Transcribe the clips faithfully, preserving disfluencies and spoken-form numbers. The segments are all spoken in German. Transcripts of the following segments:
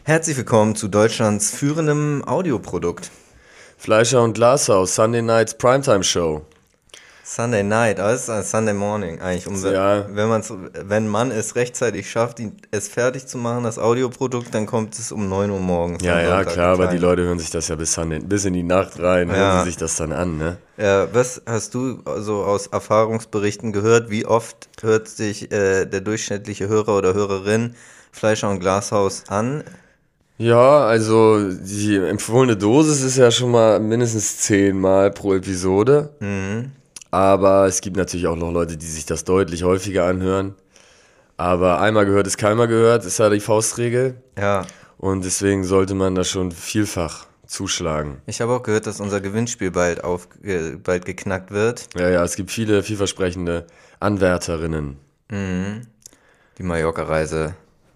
Herzlich willkommen zu Deutschlands führendem Audioprodukt. Fleischer und Glashaus, Sunday Nights Primetime Show. Sunday Night, aber es ist ein Sunday Morning eigentlich. Um, Ja. wenn, man's, wenn man es rechtzeitig schafft, die, es fertig zu machen, das Audioprodukt, dann kommt es um neun Uhr morgens. Ja, ja, Sonntag klar, aber die klein. Leute hören sich das ja bis, Sunday, bis in die Nacht rein, Ja. hören sie sich das dann an, ne? Ja, was hast du so aus Erfahrungsberichten gehört? Wie oft hört sich äh, der durchschnittliche Hörer oder Hörerin Fleischer und Glashaus an? Ja, also die empfohlene Dosis ist ja schon mal mindestens zehnmal pro Episode. Mhm. Aber es gibt natürlich auch noch Leute, die sich das deutlich häufiger anhören. Aber einmal gehört ist keinmal gehört, ist ja die Faustregel. Ja. Und deswegen sollte man da schon vielfach zuschlagen. Ich habe auch gehört, dass unser Gewinnspiel bald, auf, äh, bald geknackt wird. Ja, ja, es gibt viele vielversprechende Anwärterinnen. Mhm. Die Mallorca-Reise.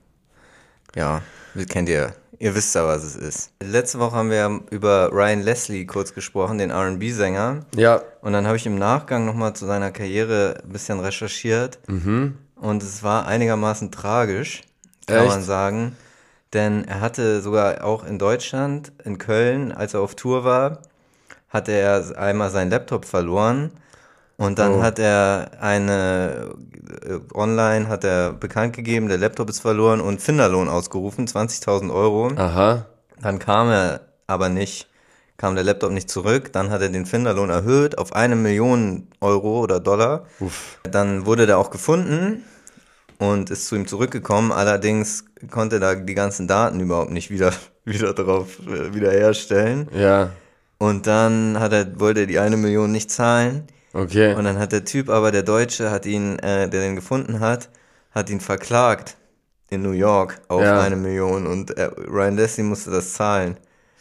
Ja, das kennt ihr. Ihr wisst ja, was es ist. Letzte Woche haben wir über Ryan Leslie kurz gesprochen, den R and B-Sänger. Ja. Und dann habe ich im Nachgang nochmal zu seiner Karriere ein bisschen recherchiert. Mhm. Und es war einigermaßen tragisch, kann Echt? man sagen. Denn er hatte sogar auch in Deutschland, in Köln, als er auf Tour war, hatte er einmal seinen Laptop verloren. Und dann Oh. hat er eine, äh, online hat er bekannt gegeben, der Laptop ist verloren und Finderlohn ausgerufen, zwanzigtausend Euro. Aha. Dann kam er aber nicht, kam der Laptop nicht zurück. Dann hat er den Finderlohn erhöht auf eine Million Euro oder Dollar. Uff. Dann wurde der auch gefunden und ist zu ihm zurückgekommen. Allerdings konnte er da die ganzen Daten überhaupt nicht wieder, wieder drauf äh, wiederherstellen. Ja. Und dann hat er, wollte er die eine Million nicht zahlen. Okay. Und dann hat der Typ aber, der Deutsche, hat ihn, äh, der den gefunden hat, hat ihn verklagt in New York auf Ja. eine Million und äh, Ryan Leslie musste das zahlen.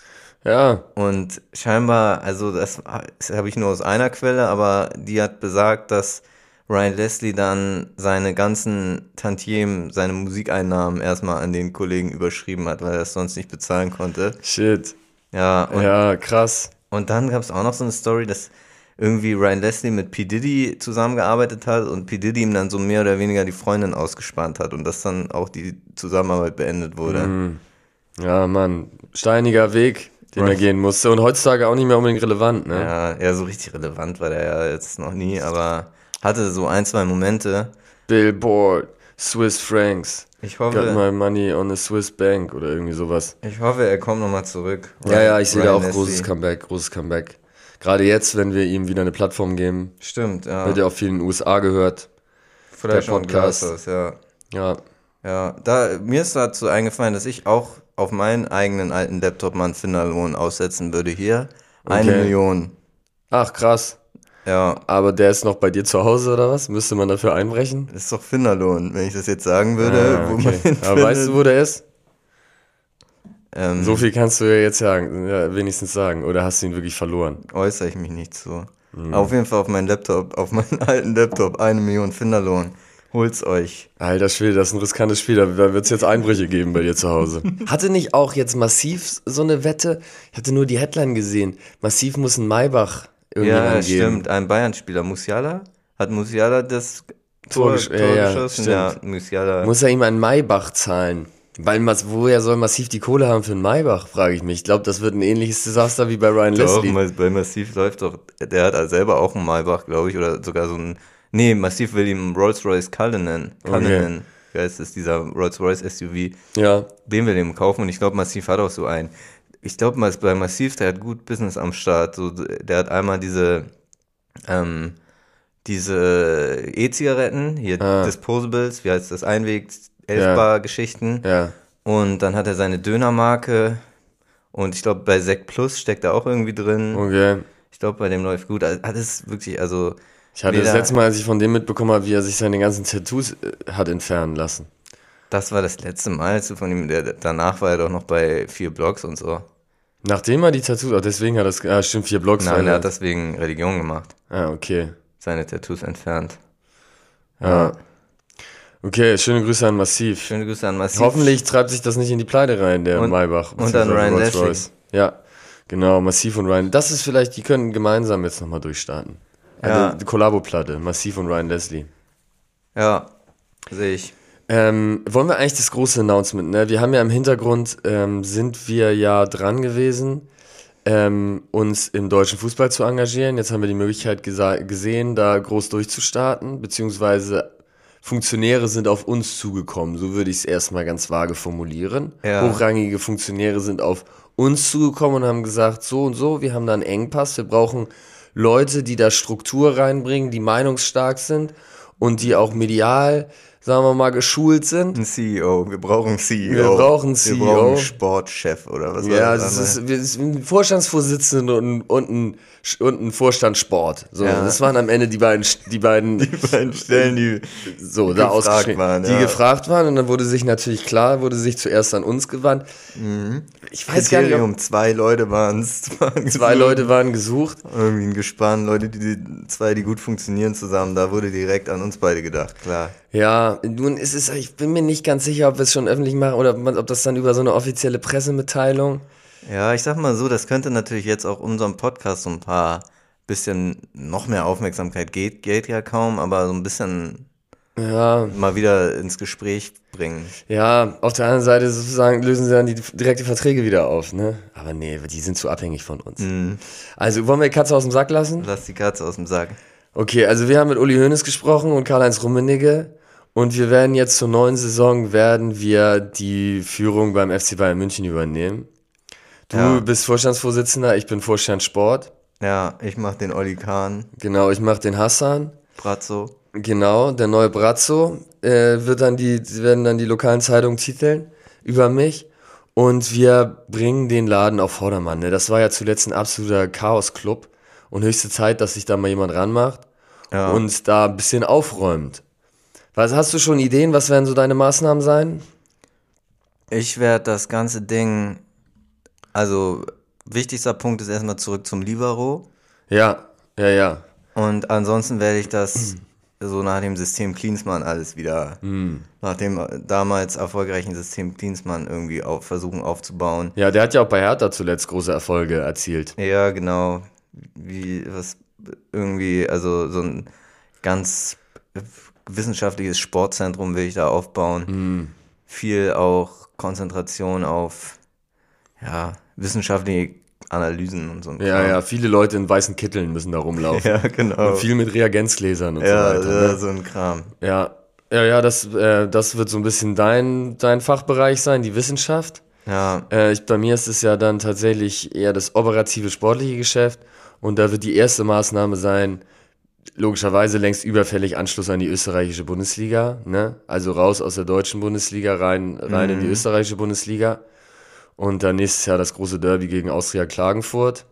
Ja. Und scheinbar, also das, das habe ich nur aus einer Quelle, aber die hat besagt, dass Ryan Leslie dann seine ganzen Tantiemen, seine Musikeinnahmen erstmal an den Kollegen überschrieben hat, weil er es sonst nicht bezahlen konnte. Shit. Ja, und, Ja, krass. und dann gab es auch noch so eine Story, dass irgendwie Ryan Leslie mit P. Diddy zusammengearbeitet hat und P. Diddy ihm dann so mehr oder weniger die Freundin ausgespannt hat und dass dann auch die Zusammenarbeit beendet wurde. Mhm. Ja, Mann. Steiniger Weg, den er Right. gehen musste. Und heutzutage auch nicht mehr unbedingt relevant, ne? Ja, ja, so richtig relevant war der ja jetzt noch nie, aber hatte so ein, zwei Momente. Billboard, Swiss Francs. Ich Got hoffe, my money on a Swiss bank oder irgendwie sowas. ich hoffe, er kommt nochmal zurück. Ja, ja, ich sehe da Ryan auch Leslie. großes Comeback, großes Comeback. Gerade jetzt, wenn wir ihm wieder eine Plattform geben, Stimmt, ja. wird er auch viel in den U S A gehört. Vielleicht der schon Podcast. Glashaus, ja. Ja. Ja, da, mir ist dazu eingefallen, dass ich auch auf meinen eigenen alten Laptop mal einen Finderlohn aussetzen würde hier. Eine Okay. Million. Ach, krass. Ja, Aber der ist noch bei dir zu Hause oder was? Müsste man dafür einbrechen? das ist doch Finderlohn, wenn ich das jetzt sagen würde. Ah, wo man okay. ihn Aber weißt du, findet. wo der ist? Ähm, So viel kannst du ja jetzt sagen, ja, wenigstens sagen. Oder hast du ihn wirklich verloren? äußere ich mich nicht so. Mhm. Auf jeden Fall auf meinen Laptop, auf meinen alten Laptop, eine Million Finderlohn. Holt's euch. Alter Schwede, das ist ein riskantes Spiel, da wird es jetzt Einbrüche geben bei dir zu Hause. Hatte nicht auch jetzt Massiv so eine Wette? Ich hatte nur die Headline gesehen. Massiv muss einen Maybach irgendwie Ja, angeben. stimmt. Ein Bayern-Spieler, Musiala? Hat Musiala das Tor Tor, gesch- Tor ja, ja, geschossen? stimmt. Ja, Musiala. Muss er ihm einen Maybach zahlen? Weil, Mas- woher soll Massiv die Kohle haben für einen Maybach, frage ich mich. Ich glaube, das wird ein ähnliches Desaster wie bei Ryan Doch, Leslie. bei Massiv läuft doch, der hat selber auch einen Maybach, glaube ich, oder sogar so ein, nee, Massiv will ihm Rolls-Royce Cullinan, Cullinan, wie heißt das, dieser Rolls-Royce S U V, Ja, den will ihm kaufen und ich glaube, Massiv hat auch so einen. Ich glaube, bei Massiv, der hat gut Business am Start, so, der hat einmal diese, ähm, diese E-Zigaretten, hier Ah. Disposables, wie heißt das, Einweg-Elfbar-Geschichten. ja. Und dann hat er seine Dönermarke und ich glaube, bei Sekt Plus steckt er auch irgendwie drin. Okay. Ich glaube, bei dem läuft gut. Also, das ist wirklich, also. Ich hatte weder- das letzte Mal, als ich von dem mitbekommen habe, wie er sich seine ganzen Tattoos äh, hat entfernen lassen. Das war das letzte Mal, als du von ihm, der, danach war er doch noch bei vier Blogs und so. Nachdem er die Tattoos, ach, deswegen hat das, ah, stimmt, vier Blogs. Nein, er hat verändert. das wegen Religion gemacht. Ah, okay. Seine Tattoos entfernt. Ja. Okay, schöne Grüße an Massiv. Schöne Grüße an Massiv. Hoffentlich treibt sich das nicht in die Pleite rein, der Und- Maybach. und an beziehungsweise Ryan Rolls-Royce. Ja, genau, Massiv und Ryan. Das ist vielleicht, die können gemeinsam jetzt nochmal durchstarten. Ja. Also die Kollabo-Platte, Massiv und Ryan Leslie. Ja, sehe ich. Ähm, wollen wir eigentlich das große Announcement, ne? Wir haben ja im Hintergrund, ähm, sind wir ja dran gewesen, ähm, uns im deutschen Fußball zu engagieren. Jetzt haben wir die Möglichkeit gesa- gesehen, da groß durchzustarten, beziehungsweise Funktionäre sind auf uns zugekommen, so würde ich es erstmal ganz vage formulieren. Ja. Hochrangige Funktionäre sind auf uns zugekommen und haben gesagt, so und so, wir haben da einen Engpass, wir brauchen Leute, die da Struktur reinbringen, die meinungsstark sind und die auch medial, sagen wir mal, geschult sind. Ein C E O, wir brauchen einen C E O. Wir brauchen einen C E O. Wir brauchen einen Sportchef oder was Ja, war das das ist, wir- es ist ein Vorstandsvorsitzender und, und, ein, und ein Vorstand Sport. So, Ja. das waren am Ende die beiden, die beiden, Die beiden Stellen, die so, die da gefragt ausgeschrieben, waren, die ja. gefragt waren und dann wurde sich natürlich klar, wurde sich zuerst an uns gewandt. Ich weiß gar nicht, ob Kriterium, zwei Leute waren es. zwei Leute waren gesucht. Irgendwie ein Gespann, Leute, die, die zwei, die gut funktionieren zusammen, da wurde direkt an uns beide gedacht, klar. Ja, nun ist es, ich bin mir nicht ganz sicher, ob wir es schon öffentlich machen oder ob das dann über so eine offizielle Pressemitteilung. Ja, ich sag mal so, das könnte natürlich jetzt auch unserem Podcast so ein paar bisschen noch mehr Aufmerksamkeit geht, geht ja kaum, aber so ein bisschen Ja, mal wieder ins Gespräch bringen. ja, auf der anderen Seite sozusagen lösen sie dann die direkte Verträge wieder auf, ne? Aber nee, die sind zu abhängig von uns. Mhm. Also wollen wir die Katze aus dem Sack lassen? Lass die Katze aus dem Sack. Okay, also wir haben mit Uli Hoeneß gesprochen und Karl-Heinz Rummenigge und wir werden jetzt zur neuen Saison werden wir die Führung beim F C Bayern München übernehmen. Du Ja. bist Vorstandsvorsitzender, ich bin Vorstand Sport. Ja, ich mach den Olli Kahn, Genau, ich mache den Hassan. Brazzo. Genau, der neue Brazzo äh, wird dann die, werden dann die lokalen Zeitungen titeln über mich und wir bringen den Laden auf Vordermann. Ne? Das war ja zuletzt ein absoluter Chaos-Club und höchste Zeit, dass sich da mal jemand ranmacht Ja. und da ein bisschen aufräumt. Was, hast du schon Ideen? Was werden so deine Maßnahmen sein? Ich werde das ganze Ding, also wichtigster Punkt ist erstmal zurück zum Libero Ja, ja, ja. und ansonsten werde ich das so nach dem System Klinsmann alles wieder, nach dem damals erfolgreichen System Klinsmann irgendwie auf, versuchen aufzubauen. Ja, der hat ja auch bei Hertha zuletzt große Erfolge erzielt. Ja, genau. Wie, was irgendwie, also so ein ganz wissenschaftliches Sportzentrum will ich da aufbauen. Viel auch Konzentration auf, ja, wissenschaftliche Analysen und so ein Ja, Kram. ja, viele Leute in weißen Kitteln müssen da rumlaufen. Ja, genau. Und viel mit Reagenzgläsern und ja, so weiter. ja, Ne? so ein Kram. Ja, ja, ja, das, äh, das wird so ein bisschen dein, dein Fachbereich sein, die Wissenschaft. Ja, Äh, ich, bei mir ist es ja dann tatsächlich eher das operative sportliche Geschäft und da wird die erste Maßnahme sein, logischerweise längst überfällig Anschluss an die österreichische Bundesliga, ne? Also raus aus der deutschen Bundesliga, rein, rein in die österreichische Bundesliga und dann nächstes Jahr das große Derby gegen Austria Klagenfurt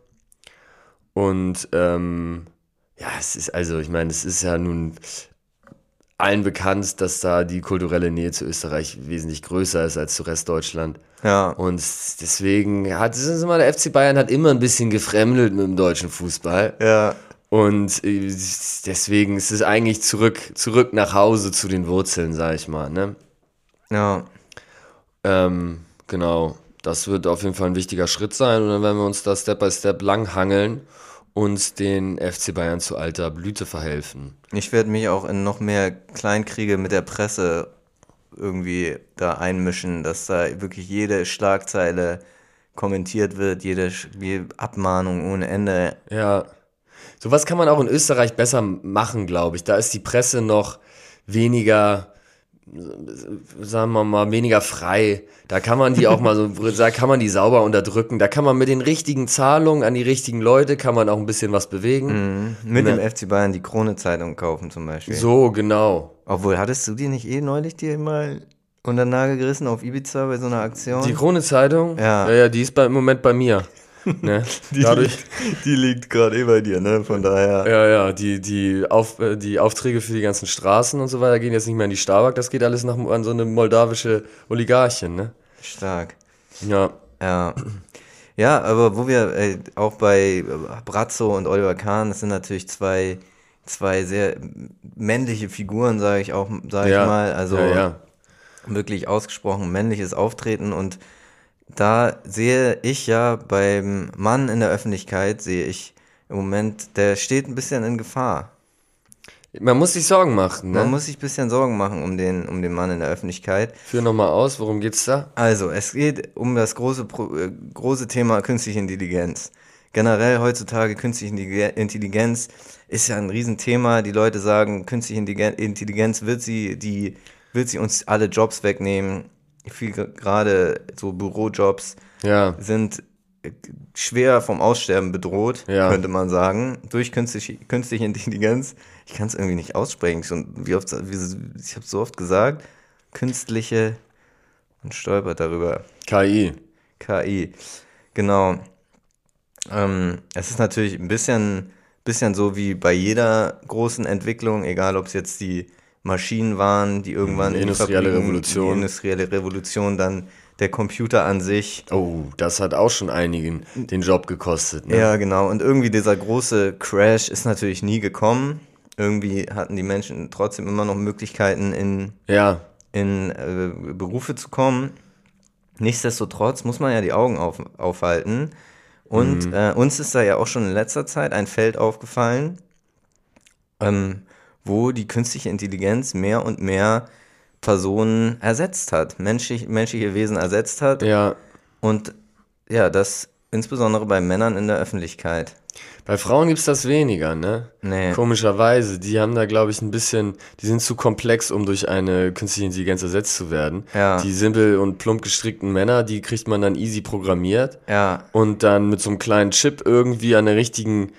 und ähm, ja, es ist also, ich meine, es ist ja nun allen bekannt, dass da die kulturelle Nähe zu Österreich wesentlich größer ist als zu Restdeutschland. ja. Und deswegen hat es ist immer, der F C Bayern hat immer ein bisschen gefremdelt mit dem deutschen Fußball. Ja, Und äh, deswegen ist es eigentlich zurück, zurück nach Hause zu den Wurzeln, sag ich mal. Ne? ja. Ähm, genau, das wird auf jeden Fall ein wichtiger Schritt sein. Und dann werden wir uns da Step by Step langhangeln und den F C Bayern zu alter Blüte verhelfen. Ich werde mich auch in noch mehr Kleinkriege mit der Presse irgendwie da einmischen, dass da wirklich jede Schlagzeile kommentiert wird, jede, Sch- jede Abmahnung ohne Ende. Ja. Sowas kann man auch in Österreich besser machen, glaube ich. Da ist die Presse noch weniger, sagen wir mal, weniger frei. Da kann man die auch mal so, da kann man die sauber unterdrücken. Da kann man mit den richtigen Zahlungen an die richtigen Leute, kann man auch ein bisschen was bewegen. Mit Ne. dem F C Bayern die Krone-Zeitung kaufen zum Beispiel. So, genau. Obwohl, hattest du die nicht eh neulich dir mal unter den Nagel gerissen auf Ibiza bei so einer Aktion? Die Krone-Zeitung, Ja. ja, ja, die ist bei, im Moment bei mir. Ne? Die Dadurch, liegt, die liegt gerade eh bei dir, ne? Von daher. ja, ja, die, die, Auf, äh, die Aufträge für die ganzen Straßen und so weiter gehen jetzt nicht mehr an die Starbuck, das geht alles nach, an so eine moldawische Oligarchin, ne? Stark. Ja. Ja. Ja, aber wo wir äh, auch bei äh, Brazzo und Oliver Kahn, das sind natürlich zwei, zwei sehr männliche Figuren, sage ich auch, sage Ja. ich mal. Also ja, ja. wirklich ausgesprochen männliches Auftreten und da sehe ich ja beim Mann in der Öffentlichkeit, sehe ich im Moment, der steht ein bisschen in Gefahr. Man muss sich Sorgen machen, ne? Man muss sich ein bisschen Sorgen machen um den, um den Mann in der Öffentlichkeit. Führ nochmal aus, worum geht's da? Also, es geht um das große, Pro- äh, große Thema künstliche Intelligenz. Generell heutzutage künstliche Intelligen- Intelligenz ist ja ein Riesenthema. Die Leute sagen, künstliche Intelligen- Intelligenz wird sie, die, wird sie uns alle Jobs wegnehmen. Viel, gerade so Bürojobs Ja, sind äh, schwer vom Aussterben bedroht, Ja. könnte man sagen, durch künstliche, künstliche Intelligenz. Ich kann es irgendwie nicht aussprechen. Schon, wie oft, wie, ich habe so oft gesagt, künstliche und stolpert darüber. K I. K I, genau. Ähm, es ist natürlich ein bisschen, bisschen so wie bei jeder großen Entwicklung, egal ob es jetzt die Maschinen waren, die irgendwann Die in die industrielle Fabriken- Revolution. die industrielle Revolution, dann der Computer an sich. Oh, das hat auch schon einigen den Job gekostet, ne? Ja, genau. Und irgendwie dieser große Crash ist natürlich nie gekommen. Irgendwie hatten die Menschen trotzdem immer noch Möglichkeiten, in, Ja, in äh, Berufe zu kommen. Nichtsdestotrotz muss man ja die Augen auf, aufhalten. Und äh, uns ist da ja auch schon in letzter Zeit ein Feld aufgefallen, ähm, wo die künstliche Intelligenz mehr und mehr Personen ersetzt hat, menschlich, menschliche Wesen ersetzt hat. ja. Und ja, das insbesondere bei Männern in der Öffentlichkeit. Bei Frauen gibt's das weniger, ne? Nee. Komischerweise. Die haben da, glaube ich, ein bisschen, die sind zu komplex, um durch eine künstliche Intelligenz ersetzt zu werden. Ja. Die simpel und plump gestrickten Männer, die kriegt man dann easy programmiert Ja, und dann mit so einem kleinen Chip irgendwie an der richtigen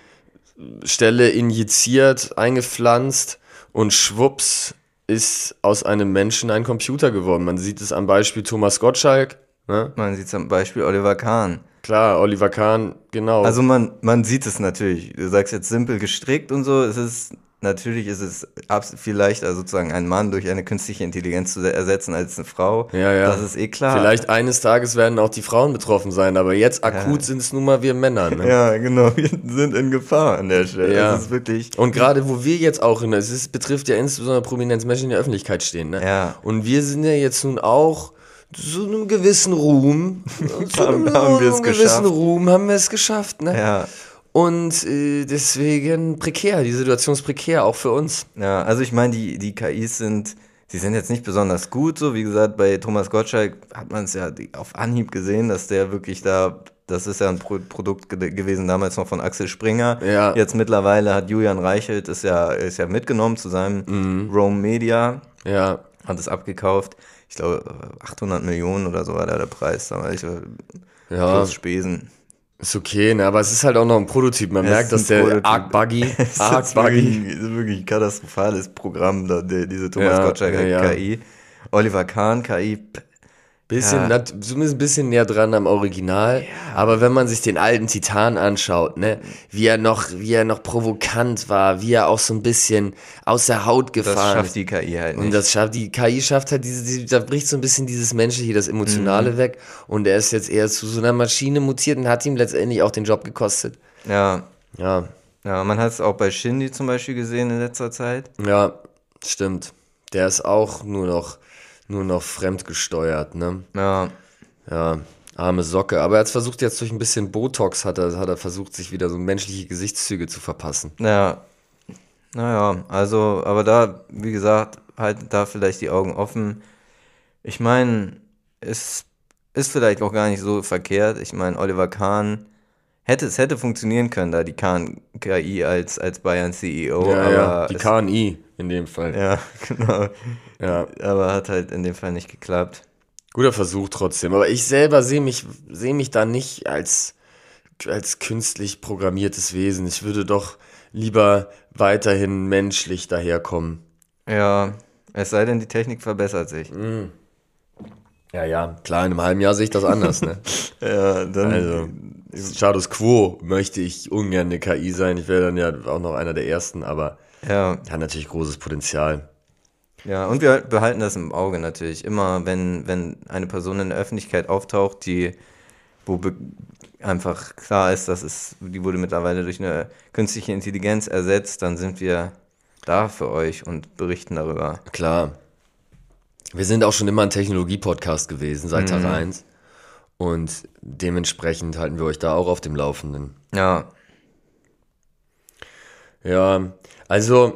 Stelle injiziert, eingepflanzt und schwupps ist aus einem Menschen ein Computer geworden. Man sieht es am Beispiel Thomas Gottschalk, ne? man sieht zum Beispiel Oliver Kahn. Klar, Oliver Kahn, genau. Also man, man sieht es natürlich. Du sagst jetzt simpel gestrickt und so. Es ist natürlich ist es abs- viel leichter, sozusagen einen Mann durch eine künstliche Intelligenz zu ersetzen als eine Frau. Ja, ja. Das ist eh klar. Vielleicht eines Tages werden auch die Frauen betroffen sein, aber jetzt akut sind es nun mal wir Männer. Ne? Ja, genau. Wir sind in Gefahr an der Stelle. Ja. Das ist wirklich. Und gerade wo wir jetzt auch in, es ist, betrifft ja insbesondere Prominenz, Menschen in der Öffentlichkeit stehen. Ne? Ja. Und wir sind ja jetzt nun auch zu einem gewissen Ruhm, zu Haben- einem, haben wir es einem gewissen geschafft. Ruhm haben wir es geschafft. Ne? Ja. Und äh, deswegen prekär, die Situation ist prekär, auch für uns. Ja, also ich meine, die, die K Is sind, sie sind jetzt nicht besonders gut, so wie gesagt, bei Thomas Gottschalk hat man es ja auf Anhieb gesehen, dass der wirklich da, das ist ja ein Pro Produkt ge gewesen, damals noch von Axel Springer. Ja. Jetzt mittlerweile hat Julian Reichelt, ist ja, ist ja mitgenommen zu seinem Mhm. Rome Media, Ja, hat es abgekauft. Ich glaube, achthundert Millionen oder so war da der Preis, damals, ja. plus Spesen. Ist okay, ne? Aber es ist halt auch noch ein Prototyp. Man Ja, merkt, es ist dass ein der Prototyp. arg buggy, Es ist arg wirklich, buggy. es ist wirklich ein katastrophales Programm, da, der, diese Thomas Ja, Gottschalk ja, ja. K I. Oliver Kahn, K I, p- Bisschen, Ja. nat- zumindest ein bisschen näher dran am Original. Aber wenn man sich den alten Titan anschaut, ne, wie er noch, wie er noch provokant war, wie er auch so ein bisschen aus der Haut das gefahren schafft ist. die K I halt nicht. Und das schafft, die K I schafft halt diese, diese, da bricht so ein bisschen dieses Menschliche, das Emotionale weg. Und er ist jetzt eher zu so einer Maschine mutiert und hat ihm letztendlich auch den Job gekostet. ja, Ja, ja, man hat es auch bei Shindy zum Beispiel gesehen in letzter Zeit. ja, stimmt. Der ist auch nur noch, nur noch fremdgesteuert, ne? Ja, Ja, arme Socke. Aber er hat versucht, jetzt durch ein bisschen Botox, hat er, hat er versucht, sich wieder so menschliche Gesichtszüge zu verpassen. ja, naja, also, aber da, wie gesagt, halt da vielleicht die Augen offen. Ich meine, es ist vielleicht auch gar nicht so verkehrt. Ich meine, Oliver Kahn, hätte, es hätte funktionieren können, da die Kahn-K I als, als Bayern-C E O, ja, aber ja, die es, K N I in dem Fall. ja, genau. Ja. Aber hat halt in dem Fall nicht geklappt. Guter Versuch trotzdem. Aber ich selber sehe mich, sehe mich da nicht als, als künstlich programmiertes Wesen. Ich würde doch lieber weiterhin menschlich daherkommen. Ja, es sei denn, die Technik verbessert sich. Ja, ja. Klar, in einem halben Jahr sehe ich das anders, ne? Ja, dann. Also, Status Quo möchte ich ungern eine K I sein. Ich wäre dann ja auch noch einer der Ersten, aber Ja, hat natürlich großes Potenzial. ja, und wir behalten das im Auge natürlich. Immer, wenn, wenn eine Person in der Öffentlichkeit auftaucht, die, wo be einfach klar ist, dass es, die wurde mittlerweile durch eine künstliche Intelligenz ersetzt, dann sind wir da für euch und berichten darüber. Klar. Wir sind auch schon immer ein Technologie-Podcast gewesen, seit Tag eins. Und dementsprechend halten wir euch da auch auf dem Laufenden. Ja, Ja, also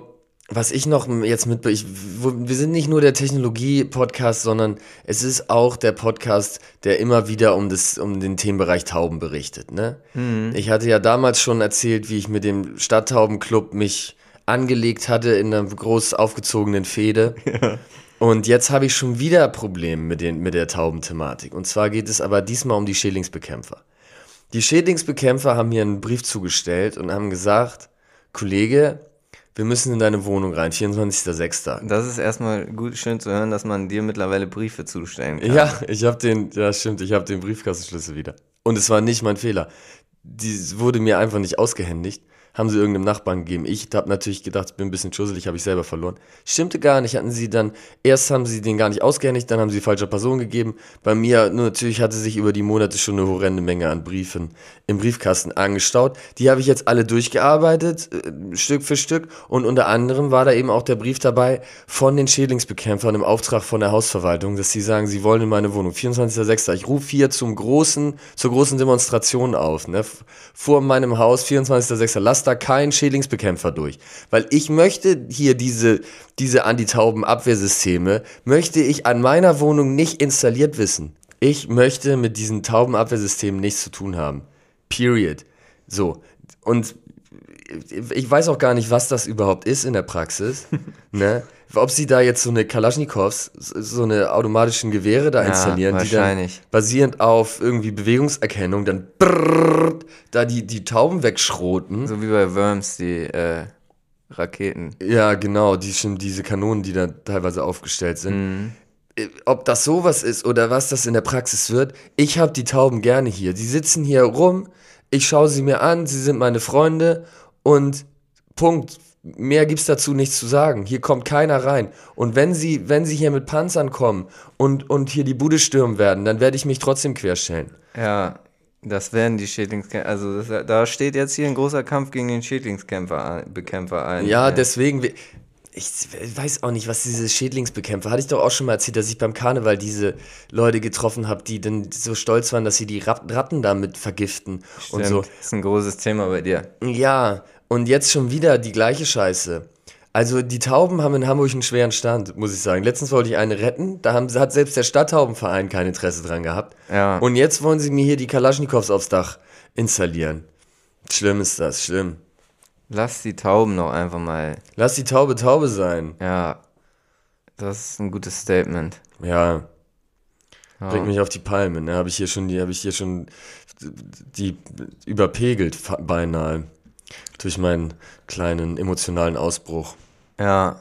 Was ich noch jetzt mit, ich, wir sind nicht nur der Technologie-Podcast, sondern es ist auch der Podcast, der immer wieder um, das, um den Themenbereich Tauben berichtet. Ne? Mhm. Ich hatte ja damals schon erzählt, wie ich mit dem Stadttaubenclub mich angelegt hatte in einer groß aufgezogenen Fehde. Ja. Und jetzt habe ich schon wieder Probleme mit, den, mit der Taubenthematik. Und zwar geht es aber diesmal um die Schädlingsbekämpfer. Die Schädlingsbekämpfer haben mir einen Brief zugestellt und haben gesagt, Kollege, wir müssen in deine Wohnung rein, vierundzwanzigster sechster Das ist erstmal gut, schön zu hören, dass man dir mittlerweile Briefe zustellen kann. Ja, ich habe den, ja stimmt, ich habe den Briefkastenschlüssel wieder. Und es war nicht mein Fehler. Die wurde mir einfach nicht ausgehändigt. Haben sie irgendeinem Nachbarn gegeben. Ich habe natürlich gedacht, ich bin ein bisschen schusselig, habe ich selber verloren. Stimmte gar nicht, hatten sie dann, erst haben sie den gar nicht ausgehändigt, dann haben sie falscher Person gegeben. Bei mir, nur natürlich hatte sich über die Monate schon eine horrende Menge an Briefen im Briefkasten angestaut. Die habe ich jetzt alle durchgearbeitet, äh, Stück für Stück. Und unter anderem war da eben auch der Brief dabei von den Schädlingsbekämpfern im Auftrag von der Hausverwaltung, dass sie sagen, sie wollen in meine Wohnung. vierundzwanzigster sechster Ich rufe hier zum großen, zur großen Demonstration auf, ne? Vor meinem Haus, vierundzwanzigster sechster Lasst da kein Schädlingsbekämpfer durch. Weil ich möchte hier diese, diese Antitaubenabwehrsysteme, möchte ich an meiner Wohnung nicht installiert wissen. Ich möchte mit diesen Taubenabwehrsystemen nichts zu tun haben. Period. So. Und ich weiß auch gar nicht, was das überhaupt ist in der Praxis. Ne? Ob sie da jetzt so eine Kalaschnikows, so eine automatischen Gewehre da installieren, ja, die dann basierend auf irgendwie Bewegungserkennung dann brrr, da die, die Tauben wegschroten. So wie bei Worms, die äh, Raketen. Ja, genau, die, diese Kanonen, die da teilweise aufgestellt sind. Mhm. Ob das sowas ist oder was das in der Praxis wird, ich habe die Tauben gerne hier. Die sitzen hier rum, ich schaue sie mir an, sie sind meine Freunde und Punkt. Mehr gibt's dazu nichts zu sagen. Hier kommt keiner rein. Und wenn sie, wenn sie hier mit Panzern kommen und, und hier die Bude stürmen werden, dann werde ich mich trotzdem querstellen. Ja, das werden die Schädlingskämpfer. Also das, da steht jetzt hier ein großer Kampf gegen den Schädlingskämpfer Bekämpfer ein. Ja, deswegen. Ich weiß auch nicht, was diese Schädlingsbekämpfer. Hatte ich doch auch schon mal erzählt, dass ich beim Karneval diese Leute getroffen habe, die dann so stolz waren, dass sie die Ratten damit vergiften. Stimmt, und so. Das ist ein großes Thema bei dir. Ja. Und jetzt schon wieder die gleiche Scheiße. Also die Tauben haben in Hamburg einen schweren Stand, muss ich sagen. Letztens wollte ich eine retten, da haben, hat selbst der Stadttaubenverein kein Interesse dran gehabt. Ja. Und jetzt wollen sie mir hier die Kalaschnikows aufs Dach installieren. Schlimm ist das, schlimm. Lass die Tauben noch einfach mal. Lass die Taube Taube sein. Ja, das ist ein gutes Statement. Ja. Ja. Bringt mich auf die Palme, ne? Habe ich hier schon die, habe ich hier schon die überpegelt beinahe. Durch meinen kleinen emotionalen Ausbruch. Ja.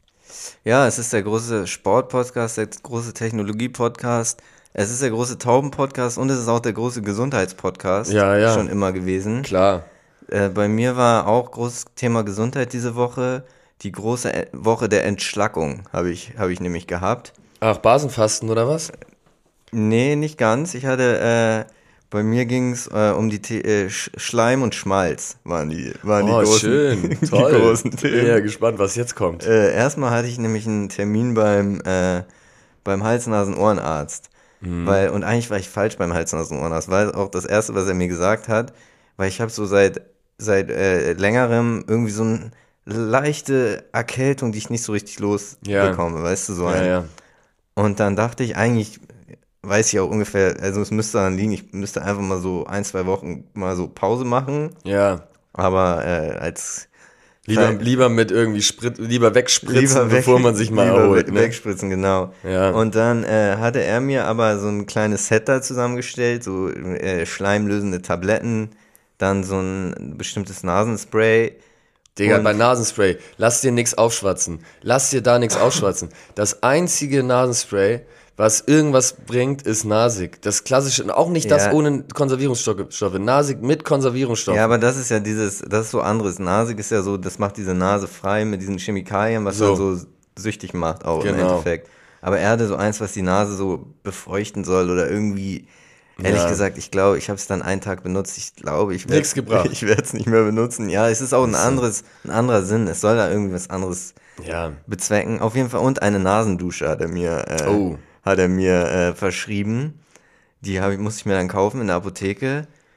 Ja, es ist der große Sport-Podcast, der große Technologie-Podcast. Es ist der große Tauben-Podcast und es ist auch der große Gesundheits-Podcast. Ja, ja. Schon immer gewesen. Klar. Äh, bei mir war auch großes Thema Gesundheit diese Woche. Die große e- Woche der Entschlackung habe ich, hab ich nämlich gehabt. Ach, Basenfasten oder was? Nee, nicht ganz. Ich hatte... Äh, Bei mir ging es äh, um die The- äh, Sch- Schleim und Schmalz, waren die, waren oh, die großen, schön, die toll. großen Themen. Ich bin ja gespannt, was jetzt kommt. Äh, erstmal hatte ich nämlich einen Termin beim, äh, beim Hals-Nasen-Ohrenarzt. Mhm. Weil, und eigentlich war ich falsch beim Hals-Nasen-Ohrenarzt, weil auch das Erste, was er mir gesagt hat, weil ich habe so seit, seit äh, längerem irgendwie so eine leichte Erkältung, die ich nicht so richtig losbekomme, ja. Weißt du, so ein. Ja, ja. Und dann dachte ich eigentlich... Weiß ich auch ungefähr, also es müsste daran liegen, ich müsste einfach mal so ein, zwei Wochen mal so Pause machen. Ja. Aber äh, als... Lieber, lieber mit irgendwie Sprit, lieber wegspritzen, lieber weg, bevor man sich mal lieber erholt. We- ne? Wegspritzen, genau. Ja. Und dann äh, hatte er mir aber so ein kleines Set da zusammengestellt, so äh, schleimlösende Tabletten, dann so ein bestimmtes Nasenspray. Digga, und bei Nasenspray, lass dir nichts aufschwatzen. Lass dir da nichts aufschwatzen. Das einzige Nasenspray, was irgendwas bringt, ist Nasig. Das klassische, und auch nicht das Ja. ohne Konservierungsstoffe. Nasig mit Konservierungsstoffen. Ja, aber das ist ja dieses, das ist so anderes. Nasig ist ja so, das macht diese Nase frei mit diesen Chemikalien, was So. dann so süchtig macht auch im Genau. Endeffekt. Aber er hatte so eins, was die Nase so befeuchten soll oder irgendwie, ehrlich Ja. gesagt, ich glaube, ich habe es dann einen Tag benutzt. Ich glaube, ich Nix gebracht. ich werde es nicht mehr benutzen. Ja, es ist auch ein anderes, ein anderer Sinn. Es soll da irgendwie was anderes Ja. bezwecken. Auf jeden Fall. Und eine Nasendusche hat er mir, äh, Oh. hat er mir äh, verschrieben. Die hab ich, musste ich mir dann kaufen in der Apotheke.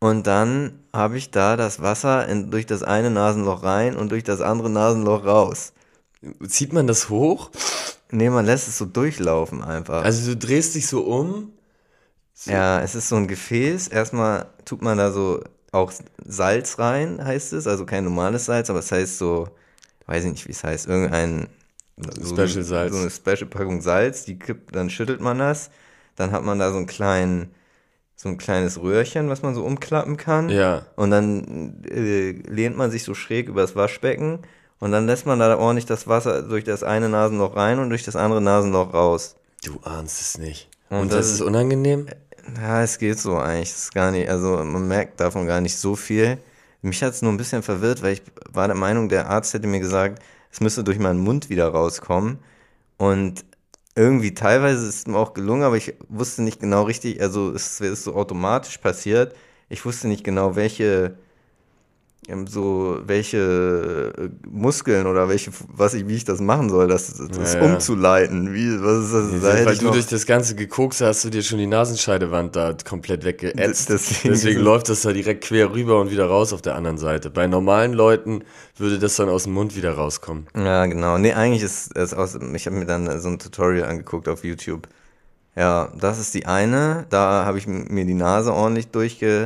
Und dann habe ich da das Wasser in, durch das eine Nasenloch rein und durch das andere Nasenloch raus. Zieht man das hoch? Nee, man lässt es so durchlaufen einfach. Also du drehst dich so um. So. Ja, es ist so ein Gefäß. Erstmal tut man da so auch Salz rein, heißt es. Also kein normales Salz, aber es heißt so, weiß ich nicht, wie es heißt, irgendein so, Special Salz. So eine Special-Packung Salz, die kippt, dann schüttelt man das. Dann hat man da so einen kleinen, so ein kleines Röhrchen, was man so umklappen kann. Ja. Und dann äh, lehnt man sich so schräg über das Waschbecken und dann lässt man da ordentlich das Wasser durch das eine Nasenloch rein und durch das andere Nasenloch raus. Du ahnst es nicht. Und Und, das das ist unangenehm? Ja, es geht so eigentlich. Das ist gar nicht, also man merkt davon gar nicht so viel. Mich hat es nur ein bisschen verwirrt, weil ich war der Meinung, der Arzt hätte mir gesagt, es müsste durch meinen Mund wieder rauskommen. Und irgendwie teilweise ist es mir auch gelungen, aber ich wusste nicht genau richtig, also es ist so automatisch passiert. Ich wusste nicht genau, welche ähm, so welche äh, Muskeln oder welche, was ich, wie ich das machen soll, das, das Ja, ja. umzuleiten. Wie, was ist das? Nee, Da hätte weil ich du noch, durch das ganze Gekokst hast du dir schon die Nasenscheidewand da komplett weggeätzt. D- deswegen Deswegen, ist es- läuft das da direkt quer rüber und wieder raus auf der anderen Seite. Bei normalen Leuten würde das dann aus dem Mund wieder rauskommen. Ja, genau. Nee, eigentlich ist es aus, ich habe mir dann so ein Tutorial angeguckt auf YouTube. Ja, das ist die eine. Da habe ich m- mir die Nase ordentlich durchge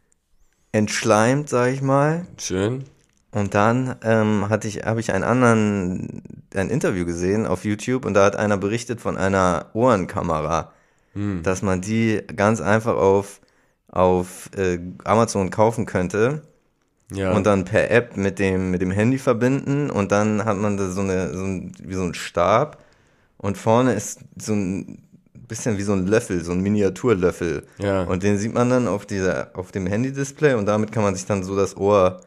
entschleimt, sag ich mal. Schön. Und dann ähm, hatte ich, habe ich einen anderen, ein Interview gesehen auf YouTube und da hat einer berichtet von einer Ohrenkamera, Hm. dass man die ganz einfach auf, auf äh, Amazon kaufen könnte. Ja. Und dann per App mit dem, mit dem Handy verbinden und dann hat man da so eine, so ein, wie so ein Stab und vorne ist so ein bisschen wie so ein Löffel, so ein Miniaturlöffel. Ja. Und den sieht man dann auf dieser, auf dem Handy-Display und damit kann man sich dann so das Ohr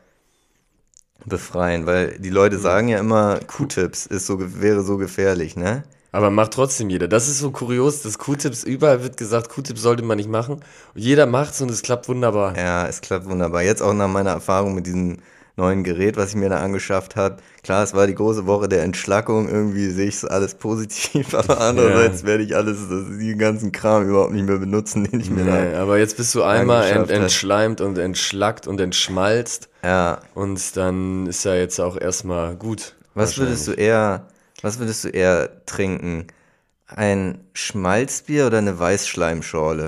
befreien, weil die Leute sagen ja immer, Q-Tips ist so, ge- wäre so gefährlich, ne? Aber macht trotzdem jeder. Das ist so kurios, dass Q-Tips, überall wird gesagt, Q-Tips sollte man nicht machen. Und jeder macht's und es klappt wunderbar. Ja, es klappt wunderbar. Jetzt auch nach meiner Erfahrung mit diesem neuen Gerät, was ich mir da angeschafft habe. Klar, es war die große Woche der Entschlackung, irgendwie sehe ich es alles positiv, aber andererseits Ja. werde ich alles, das, den ganzen Kram überhaupt nicht mehr benutzen, den ich mir Nee, aber jetzt bist du einmal ent, angeschafft hat. entschleimt und entschlackt und entschmalzt. da. Ja, Und dann ist ja jetzt auch erstmal gut. was würdest du eher, was würdest du eher trinken? Ein Schmalzbier oder eine Weißschleimschorle?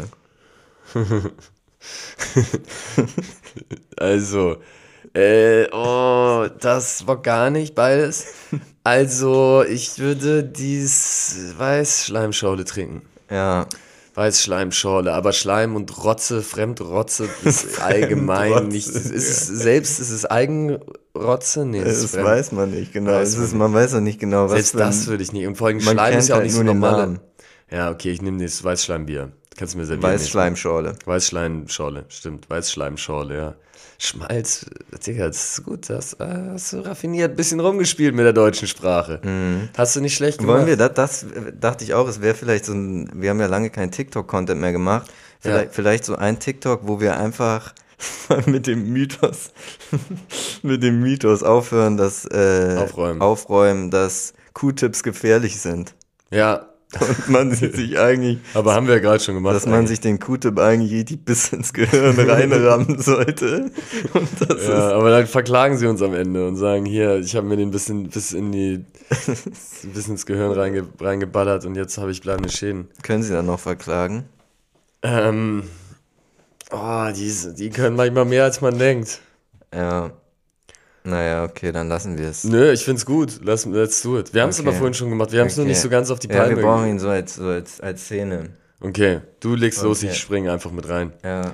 Also, äh, oh, das war gar nicht beides. Also, ich würde dies Weißschleimschorle trinken. Ja, Weißschleimschorle, aber Schleim und Rotze, Fremdrotze ist allgemein Fremdrotze, nicht. Ist es selbst, ist es Eigenrotze? Nee, das ist fremd. weiß man nicht genau. Weiß Es man ist, man weiß auch nicht genau, was Selbst für ein- das würde ich nicht. Und vor allem man Schleim kennt ist ja auch halt nicht so nur den normale. Namen. Ja, okay, ich nehme das Weißschleimbier. Kannst du mir servieren. Weißschleimschorle. Weißschleimschorle, stimmt. Weißschleimschorle, ja. Schmalz, Digga, das ist gut. Das äh, hast du raffiniert, ein bisschen rumgespielt mit der deutschen Sprache. Hast du nicht schlecht gemacht. Wollen wir, das, das äh, dachte ich auch, es wäre vielleicht so ein, wir haben ja lange keinen TikTok-Content mehr gemacht, vielleicht, Ja. vielleicht so ein TikTok, wo wir einfach mit dem Mythos, mit dem Mythos aufhören, dass, äh, Aufräumen. aufräumen, dass Q-Tips gefährlich sind. Ja, Und man sich eigentlich, aber haben wir ja gerade schon gemacht. dass man eigentlich. sich den Q-Tip eigentlich richtig bis ins Gehirn reinrammen sollte. Und das Ja, aber dann verklagen sie uns am Ende und sagen, hier, ich habe mir den bisschen bis in die bis ins Gehirn reinge, reingeballert und jetzt habe ich bleibende Schäden. ist, können sie dann noch verklagen? Ähm, oh, die, die können manchmal mehr als man denkt. Ja. Naja, okay, dann lassen wir es. Nö, ich find's gut. Lass, let's do it. Wir haben es Okay. aber vorhin schon gemacht. Wir haben es nur Okay. nicht so ganz auf die Ja, Palme. wir brauchen ihn so als, so als, als Szene. Okay, du legst los, Okay. ich springe einfach mit rein. Ja.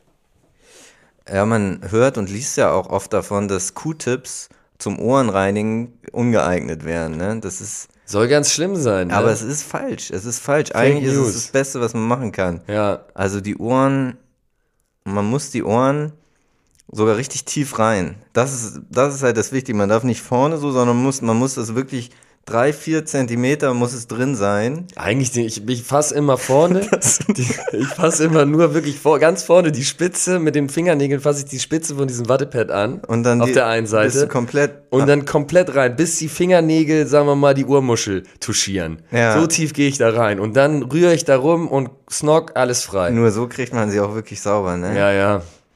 Ja, man hört und liest ja auch oft davon, dass Q-Tips zum Ohrenreinigen ungeeignet wären, ne? Das ist, Soll ganz schlimm sein, ne? aber es ist falsch. Es ist falsch. Eigentlich ist News. es das Beste, was man machen kann. Ja, Also die Ohren, man muss die Ohren sogar richtig tief rein. Das ist, das ist halt das Wichtige. Man darf nicht vorne so, sondern man muss, man muss das wirklich drei, vier Zentimeter muss es drin sein. eigentlich, die- ich, ich fasse immer vorne, die, ich fasse immer nur wirklich vor, ganz vorne die Spitze, mit den Fingernägeln fasse ich die Spitze von diesem Wattepad an, Und dann auf die, der einen bist du Seite. komplett Und dann komplett rein, bis die Fingernägel, sagen wir mal, die Ohrmuschel touchieren. Ja. So tief gehe ich da rein. Und dann rühre ich da rum und snog, alles frei. nur so kriegt man sie auch wirklich sauber, ne? Ja, ja.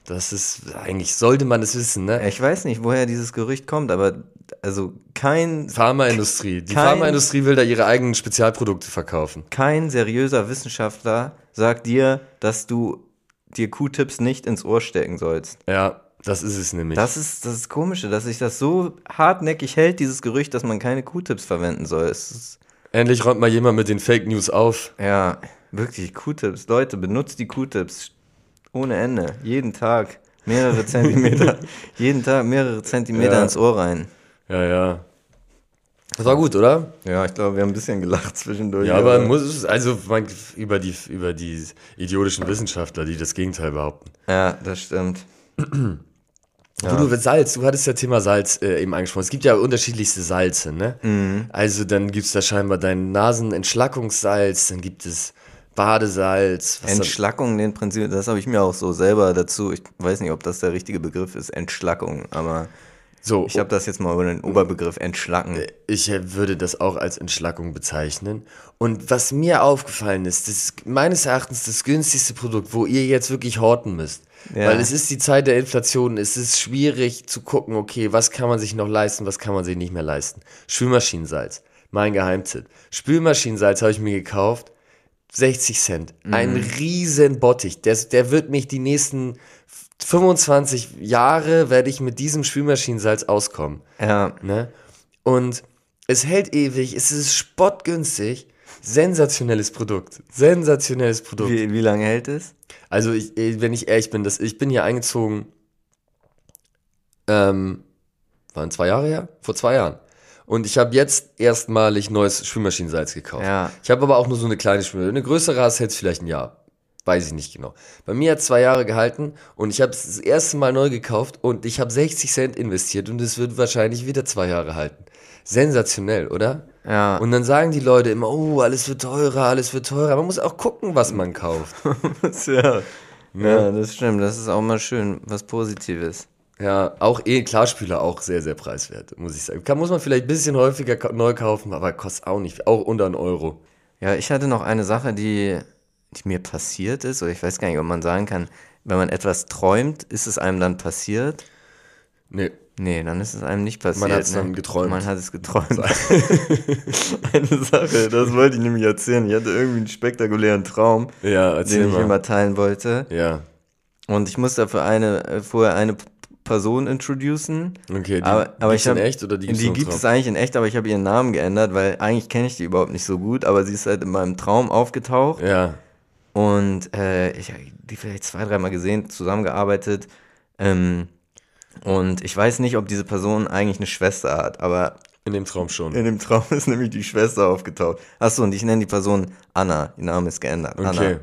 Das ist, eigentlich sollte man es wissen, ne? Ich weiß nicht, woher dieses Gerücht kommt, aber also kein, Pharmaindustrie. Die Kein- Pharmaindustrie will da ihre eigenen Spezialprodukte verkaufen. kein seriöser Wissenschaftler sagt dir, dass du dir Q-Tips nicht ins Ohr stecken sollst. Ja, das ist es nämlich. Das ist das ist Komische, dass sich das so hartnäckig hält, dieses Gerücht, dass man keine Q-Tips verwenden soll. Es ist, Endlich räumt mal jemand mit den Fake News auf. ja, wirklich Q-Tips. Leute, benutzt die Q-Tips ohne Ende. Jeden Tag mehrere Zentimeter. jeden Tag mehrere Zentimeter Ja. ins Ohr rein. Ja, ja. Das war gut, oder? Ja, ich glaube, wir haben ein bisschen gelacht zwischendurch. Ja, aber muss es, also man, über, die, über die idiotischen Wissenschaftler, die das Gegenteil behaupten. Ja, das stimmt. Ja. Du, Salz, du hattest ja Thema Salz äh, eben angesprochen. Es gibt ja unterschiedlichste Salze, ne? Mhm. Also dann gibt es da scheinbar dein Nasenentschlackungssalz, dann gibt es Badesalz. Was dann, Entschlackung, den Prinzip, das habe ich mir auch so selber dazu, ich weiß nicht, ob das der richtige Begriff ist, Entschlackung, aber so, ich habe das jetzt mal über den Oberbegriff Entschlacken. ich äh, würde das auch als Entschlackung bezeichnen. Und was mir aufgefallen ist, das ist meines Erachtens das günstigste Produkt, wo ihr jetzt wirklich horten müsst. Ja. Weil es ist die Zeit der Inflation, es ist schwierig zu gucken, okay, was kann man sich noch leisten, was kann man sich nicht mehr leisten. Spülmaschinensalz, mein Geheimtipp. Spülmaschinensalz habe ich mir gekauft, sechzig Cent. Ein riesen Bottich, der, der wird mich die nächsten fünfundzwanzig Jahre, werde ich mit diesem Spülmaschinensalz auskommen. Ja, Ne? Und es hält ewig, es ist spottgünstig, sensationelles Produkt, sensationelles Produkt. wie, wie lange hält es? Also ich, wenn ich ehrlich bin, das, ich bin hier eingezogen, ähm, waren zwei Jahre her? Vor zwei Jahren. Und ich habe jetzt erstmalig neues Spülmaschinensalz gekauft. Ja. Ich habe aber auch nur so eine kleine Spülmaschine. Eine größere hast hält es vielleicht ein Jahr. Weiß ich nicht genau. Bei mir hat es zwei Jahre gehalten und ich habe es das erste Mal neu gekauft und ich habe sechzig Cent investiert und es wird wahrscheinlich wieder zwei Jahre halten. Sensationell, oder? Ja. Und dann sagen die Leute immer, oh, alles wird teurer, alles wird teurer. Man muss auch gucken, was man kauft. ja. ja, das stimmt, das ist auch mal schön, was Positives. Ja, auch eh Klarspüler auch sehr, sehr preiswert, muss ich sagen. Kann, muss man vielleicht ein bisschen häufiger ka- neu kaufen, aber kostet auch nicht, auch unter einen Euro. Ja, ich hatte noch eine Sache, die, die mir passiert ist, oder ich weiß gar nicht, ob man sagen kann, wenn man etwas träumt, ist es einem dann passiert? Nee. Nee, dann ist es einem nicht passiert. Man hat es ne? dann geträumt. Man hat es geträumt. Eine Sache, das wollte ich nämlich erzählen. Ich hatte irgendwie einen spektakulären Traum, Ja, erzähl den ich mal. immer teilen wollte. Ja, Und ich musste dafür eine, äh, vorher eine P- Person introducen. okay. Die, aber aber gibt's ich hab, in echt oder die gibt's die nur im gibt Traum? es eigentlich in echt, aber ich habe ihren Namen geändert, weil eigentlich kenne ich die überhaupt nicht so gut, aber sie ist halt in meinem Traum aufgetaucht. Ja, Und äh, ich habe die vielleicht zwei, dreimal gesehen, zusammengearbeitet. Ähm, und ich weiß nicht, ob diese Person eigentlich eine Schwester hat, aber in dem Traum schon. in dem Traum ist nämlich die Schwester aufgetaucht. Achso, und ich nenne die Person Anna. Ihr Name ist geändert. Okay. Anna.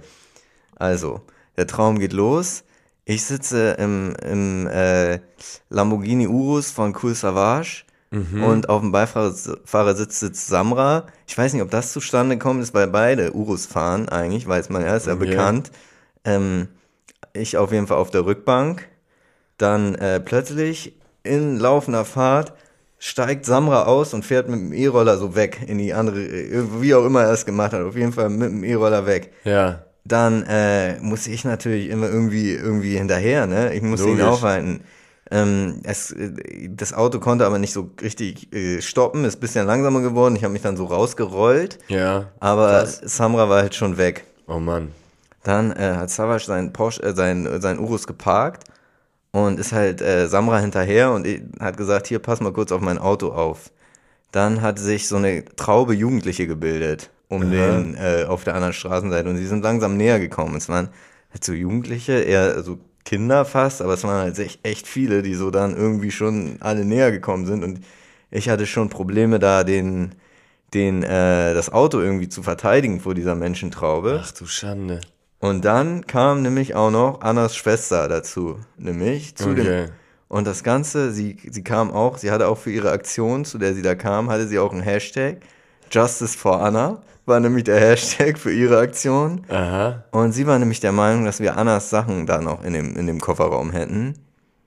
Also, der Traum geht los. Ich sitze im, im äh, Lamborghini Urus von Cool Savage und auf dem Beifahrersitz sitzt Samra. Ich weiß nicht, ob das zustande gekommen ist, weil beide Urus fahren eigentlich, weiß man ja, ist ja Okay. bekannt. Ähm, ich auf jeden Fall auf der Rückbank. Dann äh, plötzlich in laufender Fahrt steigt Samra aus und fährt mit dem E-Roller so weg in die andere, äh, wie auch immer er es gemacht hat, auf jeden Fall mit dem E-Roller weg. Ja, Dann äh, musste ich natürlich immer irgendwie irgendwie hinterher, ne? Ich musste ihn Logisch. aufhalten. Ähm, es, äh, das Auto konnte aber nicht so richtig äh, stoppen, ist ein bisschen langsamer geworden. Ich habe mich dann so rausgerollt, ja. aber Krass. Samra war halt schon weg. Oh Mann. Dann äh, hat Savage seinen Porsche, äh, sein, sein Urus geparkt und ist halt äh, Samra hinterher und i- hat gesagt, hier, pass mal kurz auf mein Auto auf. Dann hat sich so eine Traube Jugendliche gebildet um Aha. den äh, auf der anderen Straßenseite und sie sind langsam näher gekommen. Es waren halt so Jugendliche, eher so Kinder fast, aber es waren halt echt, echt viele, die so dann irgendwie schon alle näher gekommen sind und ich hatte schon Probleme da, den, den, äh, das Auto irgendwie zu verteidigen vor dieser Menschentraube. Ach du Schande. Und dann kam nämlich auch noch Annas Schwester dazu, nämlich zu dem. Okay. Und das Ganze, sie, sie kam auch, sie hatte auch für ihre Aktion, zu der sie da kam, hatte sie auch einen Hashtag. Justice for Anna war nämlich der Hashtag für ihre Aktion. Aha. Und sie war nämlich der Meinung, dass wir Annas Sachen da noch in dem, in dem Kofferraum hätten.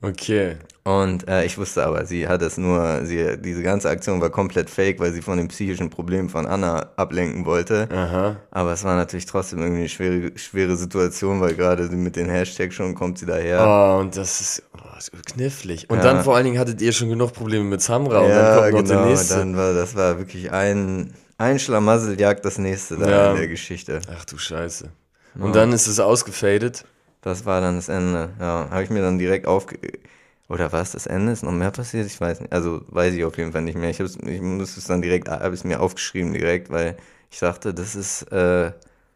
Okay. Und äh, ich wusste aber, sie hat es nur, sie, diese ganze Aktion war komplett fake, weil sie von den psychischen Problemen von Anna ablenken wollte. Aha. Aber es war natürlich trotzdem irgendwie eine schwere, schwere Situation, weil gerade sie mit den Hashtags schon kommt sie daher. Oh, und das ist, oh, das ist knifflig. Und Ja. dann vor allen Dingen hattet ihr schon genug Probleme mit Samra und dann Ja, kommt noch der genau, nächste. dann war, das war wirklich ein, ein Schlamassel jagt das nächste da Ja. in der Geschichte. Ach du Scheiße. Ja. Und dann ist es ausgefadet. Das war dann das Ende, ja, habe ich mir dann direkt aufge... Oder war es das Ende? Ist noch mehr passiert? Ich weiß nicht. Also weiß ich auf jeden Fall nicht mehr. Ich, hab's, ich muss es dann direkt, habe es mir aufgeschrieben direkt, weil ich dachte, das ist, äh,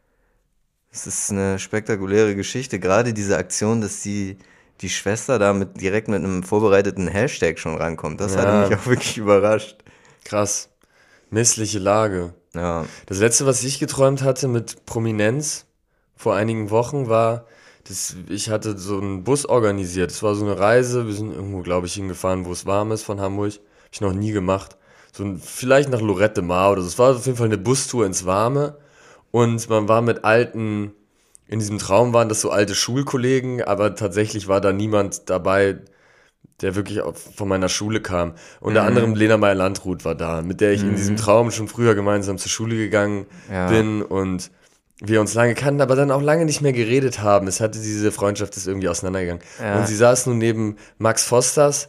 das ist eine spektakuläre Geschichte. Gerade diese Aktion, dass die, die Schwester da mit, direkt mit einem vorbereiteten Hashtag schon rankommt. Das Ja. hat mich auch wirklich überrascht. Krass. Missliche Lage. Ja, Das letzte, was ich geträumt hatte mit Prominenz vor einigen Wochen, war, dass ich hatte so einen Bus organisiert. Es war so eine Reise. Wir sind irgendwo, glaube ich, hingefahren, wo es warm ist von Hamburg. Habe ich noch nie gemacht. So ein, vielleicht nach Lorette de Mar oder so. Es war auf jeden Fall eine Bustour ins Warme. Und man war mit alten, in diesem Traum waren das so alte Schulkollegen, aber tatsächlich war da niemand dabei, der wirklich auf, von meiner Schule kam. Unter Mhm. anderem Lena Meyer-Landrut war da, mit der ich in diesem Traum schon früher gemeinsam zur Schule gegangen Ja. bin und wir uns lange kannten, aber dann auch lange nicht mehr geredet haben. Es hatte diese Freundschaft, ist irgendwie auseinandergegangen. Ja. Und sie saß nun neben Max Fosters,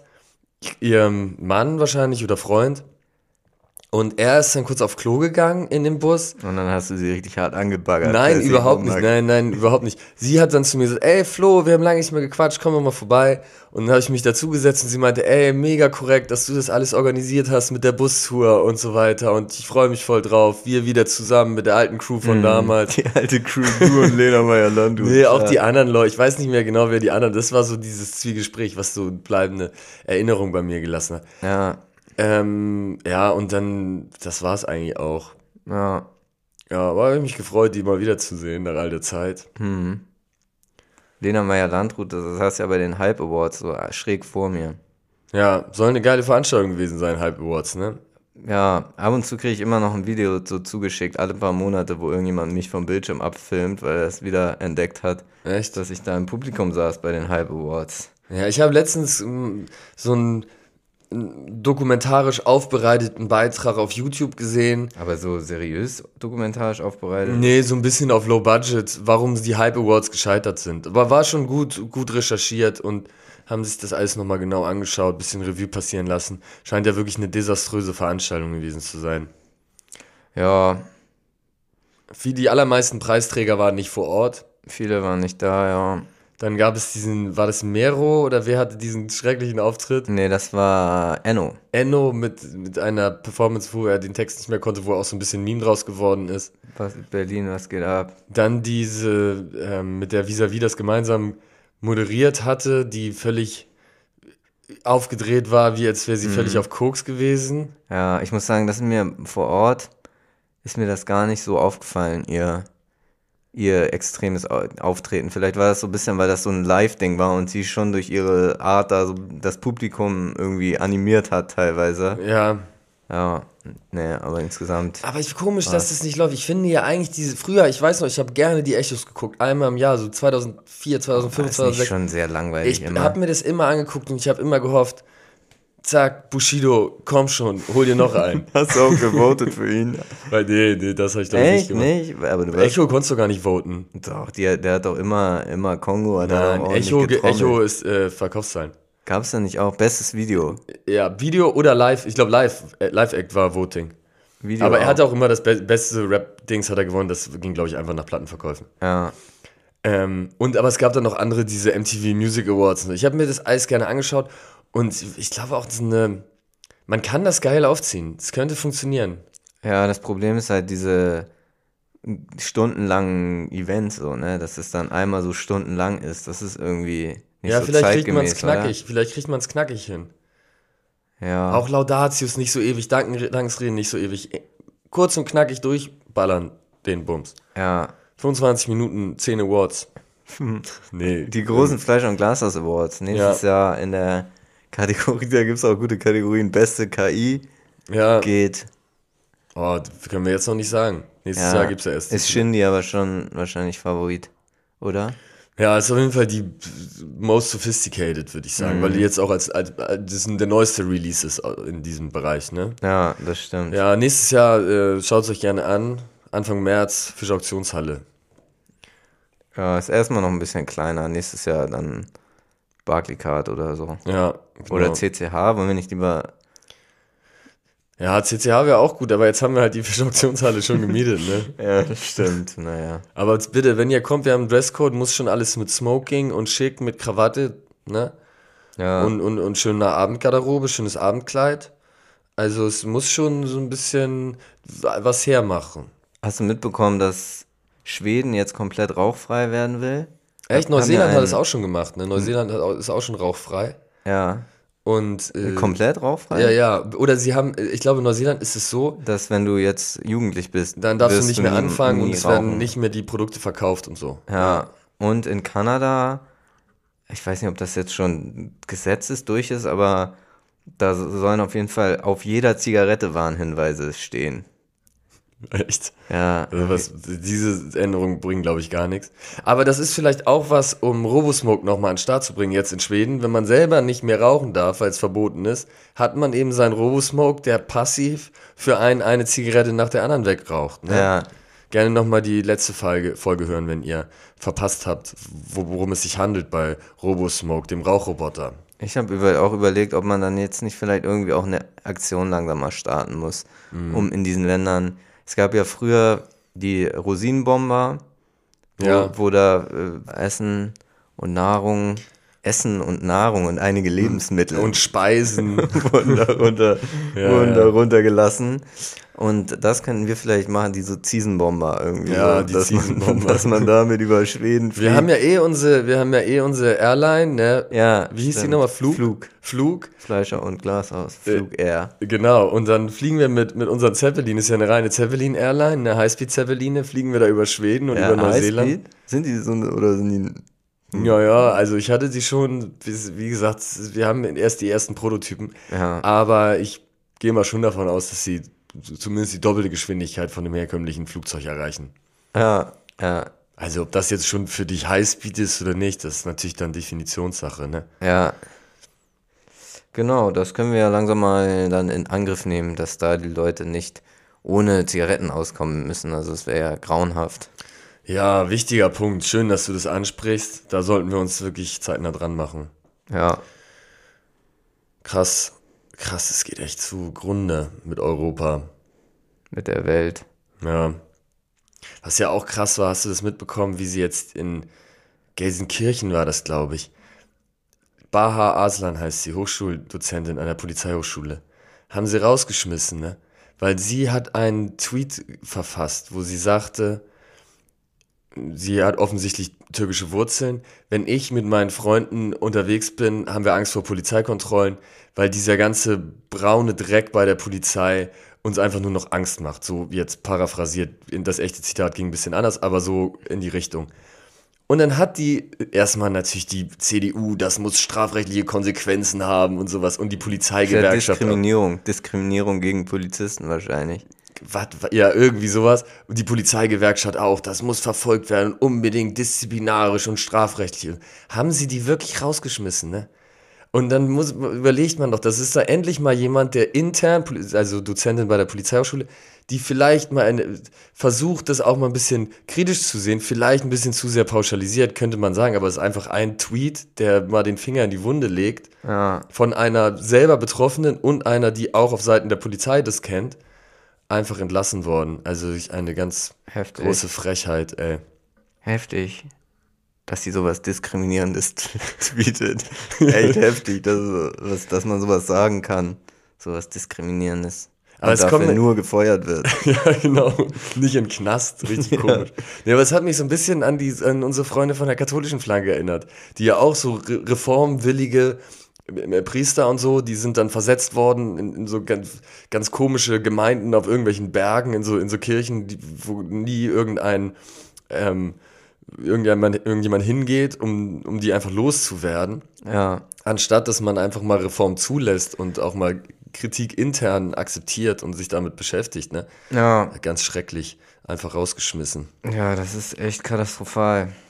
ihrem Mann wahrscheinlich oder Freund. Und er ist dann kurz auf Klo gegangen in dem Bus. und dann hast du sie richtig hart angebaggert. Nein, weil sie überhaupt mag- nicht. Nein, nein, überhaupt nicht. Sie hat dann zu mir gesagt, ey Flo, wir haben lange nicht mehr gequatscht, komm doch mal vorbei. Und dann habe ich mich dazugesetzt und sie meinte, ey, mega korrekt, dass du das alles organisiert hast mit der Bustour und so weiter. Und ich freue mich voll drauf. Wir wieder zusammen mit der alten Crew von damals. Die alte Crew, du und Lena Meyer-Landrut. Nee, auch ja. die anderen Leute. Ich weiß nicht mehr genau, wer die anderen. Das war so dieses Zwiegespräch, was so bleibende Erinnerung bei mir gelassen hat. Ja, Ähm, ja, und dann, das war's eigentlich auch. ja. Ja, aber habe ich mich gefreut, die mal wiederzusehen nach all der Zeit. Hm. Lena Meyer-Landrut, das hast du ja bei den Hype Awards so schräg vor mir. Ja, soll eine geile Veranstaltung gewesen sein, Hype Awards, ne? Ja, ab und zu kriege ich immer noch ein Video so zugeschickt, alle paar Monate, wo irgendjemand mich vom Bildschirm abfilmt, weil er es wieder entdeckt hat, Echt? dass ich da im Publikum saß bei den Hype Awards. Ja, ich habe letztens ähm, so einen einen dokumentarisch aufbereiteten Beitrag auf YouTube gesehen. Aber so seriös dokumentarisch aufbereitet? Nee, so ein bisschen auf Low Budget, warum die Hype Awards gescheitert sind. Aber war schon gut, gut recherchiert und haben sich das alles nochmal genau angeschaut, bisschen Revue passieren lassen. Scheint ja wirklich eine desaströse Veranstaltung gewesen zu sein. Ja, Wie die allermeisten Preisträger waren nicht vor Ort. viele waren nicht da, ja. Dann gab es diesen, war das Mero oder wer hatte diesen schrecklichen Auftritt? Nee, das war Enno. Enno mit, mit einer Performance, wo er den Text nicht mehr konnte, wo auch so ein bisschen Meme draus geworden ist. Was, Berlin, was geht ab? Dann diese, ähm, mit der Vis-a-vis das gemeinsam moderiert hatte, die völlig aufgedreht war, wie als wäre sie völlig auf Koks gewesen. Ja, ich muss sagen, das ist mir vor Ort, ist mir das gar nicht so aufgefallen, ihr, ihr extremes Au- Auftreten. Vielleicht war das so ein bisschen, weil das so ein Live-Ding war und sie schon durch ihre Art da so das Publikum irgendwie animiert hat teilweise. Ja. Ja, nee, aber insgesamt. Aber ich komisch, dass das nicht läuft. Ich finde ja eigentlich diese, früher, ich weiß noch, ich habe gerne die Echos geguckt, einmal im Jahr, so zweitausendvier, zweitausendfünf, Das ist nicht zweitausendsechs. schon sehr langweilig Ich immer. habe mir das immer angeguckt und ich habe immer gehofft, zack, Bushido, komm schon, hol dir noch einen. Hast du auch gewotet für ihn? Weil nee, nee, das habe ich doch nicht Echt gemacht. nicht? Aber du weißt, Echo konntest du gar nicht voten. doch, die, der hat doch immer, immer Kongo, hat er Nein, auch ordentlich Echo, ge- getrommelt. Echo ist äh, Verkaufszahlen. Gab's da nicht auch bestes Video? Ja, Video oder Live, ich glaube Live, äh, Live-Act war Voting. Video Aber er auch. hatte auch immer das be beste Rap-Dings hat er gewonnen, das ging glaube ich einfach nach Plattenverkäufen. Ja, Ähm, und aber es gab dann noch andere, diese M T V Music Awards. und so. Ich habe mir das alles gerne angeschaut und ich glaube auch, das ist eine, man kann das geil aufziehen. Es könnte funktionieren. ja, das Problem ist halt diese stundenlangen Events so, ne, dass es dann einmal so stundenlang ist. Das ist irgendwie nicht Ja, so vielleicht kriegt man zeitgemäß, es knackig. Vielleicht kriegt man es knackig hin. oder? Ja, Auch Laudatius nicht so ewig, Danken, Dankesreden nicht so ewig. Kurz und knackig durchballern den Bums. ja. fünfundzwanzig Minuten, zehn Awards. nee. Die großen Fleisch- und Glashaus Awards nächstes Jahr in der Kategorie, da gibt's auch gute Kategorien. Beste K I Ja, geht. oh, das können wir jetzt noch nicht sagen. Nächstes Ja, Jahr gibt's ja erst. ist Shindy aber schon wahrscheinlich Favorit, oder? Ja, ist auf jeden Fall die most sophisticated, würde ich sagen, Mhm. weil die jetzt auch als, als, das sind der neueste Releases in diesem Bereich, ne? Ja, das stimmt. Ja, nächstes Jahr äh, schaut es euch gerne an. Anfang März, Fischer Auktionshalle. Ja, ist erstmal noch ein bisschen kleiner. Nächstes Jahr dann Barclaycard oder so. Ja, genau. Oder C C H, wollen wir nicht lieber. Ja, C C H wäre auch gut, aber jetzt haben wir halt die Fischer Auktionshalle schon gemietet, ne? Ja, das stimmt. Naja. Aber jetzt bitte, wenn ihr kommt, wir haben einen Dresscode, muss schon alles mit Smoking und schick, mit Krawatte, ne? Ja. Und, und, und schöner Abendgarderobe, schönes Abendkleid. Also es muss schon so ein bisschen was hermachen. Hast du mitbekommen, dass Schweden jetzt komplett rauchfrei werden will? Echt? Haben wir Neuseeland hat einen- es auch schon gemacht, ne? Neuseeland hat, auch- ist auch schon rauchfrei. Ja. Und äh, Komplett rauchfrei? ja, ja. Oder sie haben, ich glaube, in Neuseeland ist es so, Dass wenn du jetzt jugendlich bist, dann darfst du wirst nicht mehr nie- anfangen nie und es werden rauchen. nicht mehr die Produkte verkauft und so. Ja. Und in Kanada, ich weiß nicht, ob das jetzt schon Gesetz ist, durch ist, aber da sollen auf jeden Fall auf jeder Zigarette Warnhinweise stehen. Echt? Ja. Also was, diese Änderungen bringen, glaube ich, gar nichts. Aber das ist vielleicht auch was, um Robosmoke nochmal an den Start zu bringen, jetzt in Schweden. Wenn man selber nicht mehr rauchen darf, weil es verboten ist, hat man eben seinen Robosmoke, der passiv für einen eine Zigarette nach der anderen wegraucht. Ne? Ja. Gerne nochmal die letzte Folge, Folge hören, wenn ihr verpasst habt, wo- worum es sich handelt bei Robosmoke, dem Rauchroboter. Ich habe über, auch überlegt, ob man dann jetzt nicht vielleicht irgendwie auch eine Aktion langsam mal starten muss, um in diesen Ländern. Es gab ja früher die Rosinenbomber, wo, Ja. wo da äh, Essen und Nahrung, Essen und Nahrung und einige Lebensmittel Und Speisen. wurden darunter, Ja, wurden ja. darunter gelassen. Und das könnten wir vielleicht machen, diese Seasonbomber irgendwie. Ja, so, die dass man, Seasonbomber. dass man damit über Schweden fliegt. Wir haben ja eh unsere, wir haben ja eh unsere Airline, ne? ja, Wie hieß die stimmt. nochmal? Flug? Flug. Flug. Fleischer und Glashaus. Flug Air. Genau, und dann fliegen wir mit, mit unseren Zeppelin, ist ja eine reine Zeppelin-Airline, eine Highspeed-Zeppeline, fliegen wir da über Schweden und Ja, über Neuseeland. Highspeed? Sind die so, oder sind die. Ja, ja, also ich hatte sie schon, wie wie gesagt, wir haben erst die ersten Prototypen, Ja. aber ich gehe mal schon davon aus, dass sie zumindest die doppelte Geschwindigkeit von dem herkömmlichen Flugzeug erreichen. Ja, ja, Also ob das jetzt schon für dich Highspeed ist oder nicht, das ist natürlich dann Definitionssache, ne? ja. Genau, das können wir ja langsam mal dann in Angriff nehmen, dass da die Leute nicht ohne Zigaretten auskommen müssen. Also es wäre ja grauenhaft. Ja, wichtiger Punkt. Schön, dass du das ansprichst. Da sollten wir uns wirklich zeitnah dran machen. Ja, Krass, krass, es geht echt zugrunde mit Europa. mit der Welt. Ja. Was ja auch krass war, hast du das mitbekommen, wie sie jetzt in Gelsenkirchen war das, glaube ich. Baha Aslan heißt sie, Hochschuldozentin an der Polizeihochschule. Haben sie rausgeschmissen, ne? Weil sie hat einen Tweet verfasst, wo sie sagte, sie hat offensichtlich türkische Wurzeln. Wenn ich mit meinen Freunden unterwegs bin, haben wir Angst vor Polizeikontrollen, weil dieser ganze braune Dreck bei der Polizei uns einfach nur noch Angst macht. So jetzt paraphrasiert, das echte Zitat ging ein bisschen anders, aber so in die Richtung. Und dann hat die erstmal natürlich die C D U, das muss strafrechtliche Konsequenzen haben und sowas. Und die Ja, Polizeigewerkschaft. Diskriminierung. Diskriminierung gegen Polizisten wahrscheinlich. Was, ja, irgendwie sowas. Und die Polizeigewerkschaft auch, das muss verfolgt werden, unbedingt disziplinarisch und strafrechtlich. Haben sie die wirklich rausgeschmissen, ne? Und dann muss, überlegt man doch, das ist da endlich mal jemand, der intern, also Dozentin bei der Polizeihochschule, die vielleicht mal eine, versucht, das auch mal ein bisschen kritisch zu sehen, vielleicht ein bisschen zu sehr pauschalisiert, könnte man sagen, aber es ist einfach ein Tweet, der mal den Finger in die Wunde legt, Ja, von einer selber Betroffenen und einer, die auch auf Seiten der Polizei das kennt, einfach entlassen worden. Also ich- eine ganz heftig. große Frechheit, ey. Heftig. Dass sie sowas Diskriminierendes tweetet. Echt heftig, dass, was, dass man sowas sagen kann. Sowas Diskriminierendes. Aber Und es dafür kommt- nur gefeuert wird. Ja, genau. Nicht in den Knast. Richtig komisch. Ja, aber es hat mich so ein bisschen an, die, an unsere Freunde von der katholischen Flanke erinnert, die ja auch so re reformwillige äh, Priester und so, die sind dann versetzt worden in, in so ganz, ganz komische Gemeinden auf irgendwelchen Bergen, in so, in so Kirchen, die, wo nie irgendein ähm, irgendjemand, irgendjemand hingeht, um, um die einfach loszuwerden. Ja, Anstatt dass man einfach mal Reform zulässt und auch mal Kritik intern akzeptiert und sich damit beschäftigt, ne? ja, Ganz schrecklich, einfach rausgeschmissen. ja, das ist echt katastrophal.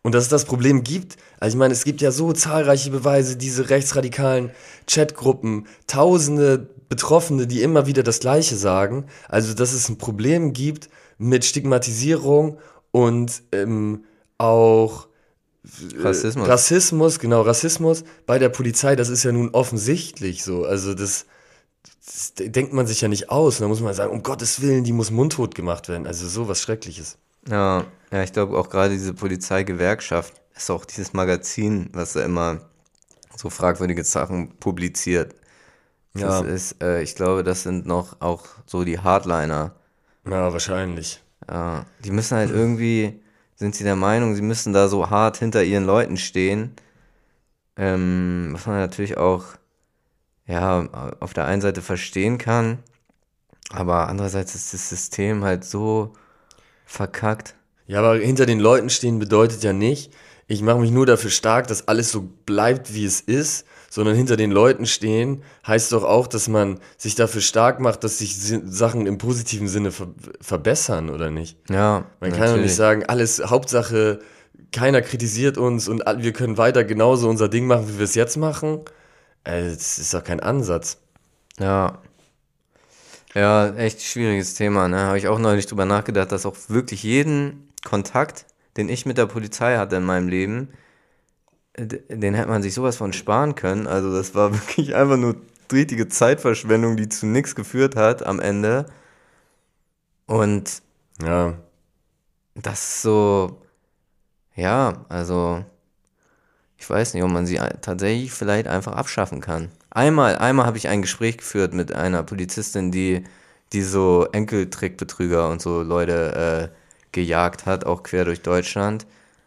Und dass es das Problem gibt, also ich meine, es gibt ja so zahlreiche Beweise, diese rechtsradikalen Chatgruppen, tausende Betroffene, die immer wieder das Gleiche sagen, also dass es ein Problem gibt mit Stigmatisierung und ähm, auch äh, Rassismus. Rassismus, genau, Rassismus bei der Polizei, das ist ja nun offensichtlich so, also das, das denkt man sich ja nicht aus, und da muss man sagen, um Gottes Willen, die muss mundtot gemacht werden, also sowas Schreckliches. Ja, ja, ich glaube auch gerade diese Polizeigewerkschaft ist auch dieses Magazin, was da immer so fragwürdige Sachen publiziert. Das Ja, ist, äh, ich glaube, das sind noch auch so die Hardliner. ja, wahrscheinlich. Ja, die müssen halt irgendwie, sind sie der Meinung, sie müssen da so hart hinter ihren Leuten stehen. Ähm, was man natürlich auch, ja, auf der einen Seite verstehen kann, aber andererseits ist das System halt so verkackt. Ja, aber hinter den Leuten stehen bedeutet ja nicht, ich mache mich nur dafür stark, dass alles so bleibt, wie es ist, sondern hinter den Leuten stehen heißt doch auch, dass man sich dafür stark macht, dass sich Si- Sachen im positiven Sinne ver verbessern, oder nicht? Ja, Man kann doch nicht natürlich. sagen, alles, Hauptsache, keiner kritisiert uns und all- wir können weiter genauso unser Ding machen, wie wir es jetzt machen. Äh, das ist doch kein Ansatz. Ja, ja, echt schwieriges Thema, ne? Habe ich auch neulich drüber nachgedacht, dass auch wirklich jeden Kontakt, den ich mit der Polizei hatte in meinem Leben, äh, d- den hätte man sich sowas von sparen können. Also das war wirklich einfach nur richtige Zeitverschwendung, die zu nichts geführt hat am Ende. Und Ja, das ist so, ja, also ich weiß nicht, ob man sie ein- tatsächlich vielleicht einfach abschaffen kann. Einmal, einmal habe ich ein Gespräch geführt mit einer Polizistin, die, die so Enkeltrickbetrüger und so Leute äh, gejagt hat, auch quer durch Deutschland.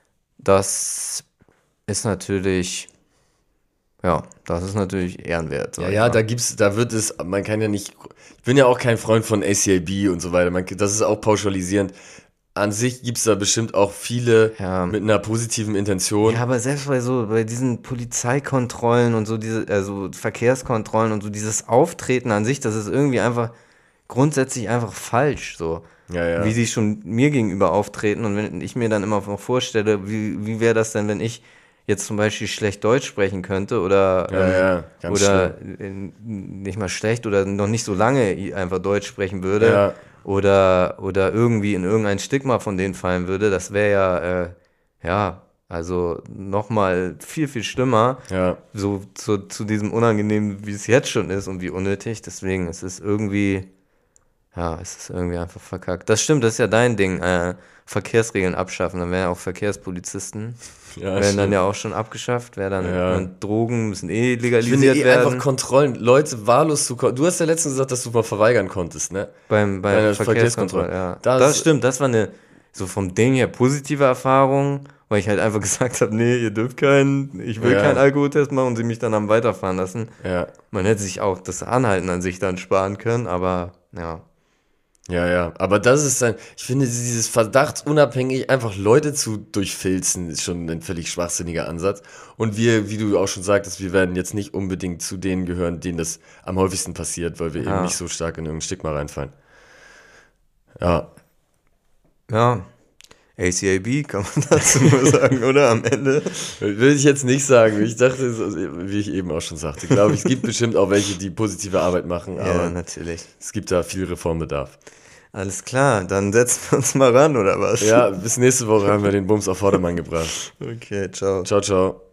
Das ist natürlich, ja, das ist natürlich ehrenwert, ja, sag ich ja, mal. da gibt's, da wird es, man kann ja nicht, ich bin ja auch kein Freund von A C A B und so weiter, man, das ist auch pauschalisierend. An sich gibt's da bestimmt auch viele Ja, mit einer positiven Intention. ja, aber selbst bei so, bei diesen Polizeikontrollen und so diese, also Verkehrskontrollen und so dieses Auftreten an sich, das ist irgendwie einfach grundsätzlich einfach falsch, so. Ja, Wie ja, sie schon mir gegenüber auftreten und wenn ich mir dann immer noch vorstelle, wie, wie wäre das denn, wenn ich jetzt zum Beispiel schlecht Deutsch sprechen könnte oder, ja, ähm, ja, ganz schlimm. oder äh, nicht mal schlecht oder noch nicht so lange i- einfach Deutsch sprechen würde Ja, oder, oder irgendwie in irgendein Stigma von denen fallen würde, das wäre ja, äh, ja, also nochmal viel, viel schlimmer, ja, so zu, zu diesem Unangenehmen, wie es jetzt schon ist und wie unnötig. Deswegen es ist irgendwie, ja, es ist irgendwie einfach verkackt. Das stimmt, das ist ja dein Ding, äh, Verkehrsregeln abschaffen. Dann wären ja auch Verkehrspolizisten, ja, werden dann stimmt. ja auch schon abgeschafft, wäre dann, Ja. und Drogen müssen eh Ich finde legalisiert eh einfach werden Kontrollen, Leute wahllos zu kon- Du hast ja letztens gesagt, dass du mal verweigern konntest, ne? beim, Bei bei einer Verkehrskontrolle, Verkehrskontrolle. ja. Das Das, stimmt, das war eine, so vom Ding her positive Erfahrung, weil ich halt einfach gesagt habe, nee, ihr dürft keinen, ich will keinen ja, Alkoholtest machen und sie mich dann haben weiterfahren lassen. ja, Man hätte sich auch das Anhalten an sich dann sparen können, aber ja. ja, ja. Aber das ist dann, ich finde, dieses verdachtsunabhängig einfach Leute zu durchfilzen, ist schon ein völlig schwachsinniger Ansatz. Und wir, wie du auch schon sagtest, wir werden jetzt nicht unbedingt zu denen gehören, denen das am häufigsten passiert, weil wir eben Ja. nicht so stark in irgendein Stigma reinfallen. Ja, Ja. A C A B kann man dazu nur sagen, oder? Am Ende. will ich jetzt nicht sagen. Ich dachte, so- wie ich eben auch schon sagte, glaube ich, es gibt bestimmt auch welche, die positive Arbeit machen, Ja, aber natürlich. es gibt da viel Reformbedarf. Alles klar, dann setzen wir uns mal ran, oder was? Ja, bis nächste Woche haben wir den Bums auf Vordermann gebracht. Okay, ciao. Ciao, ciao.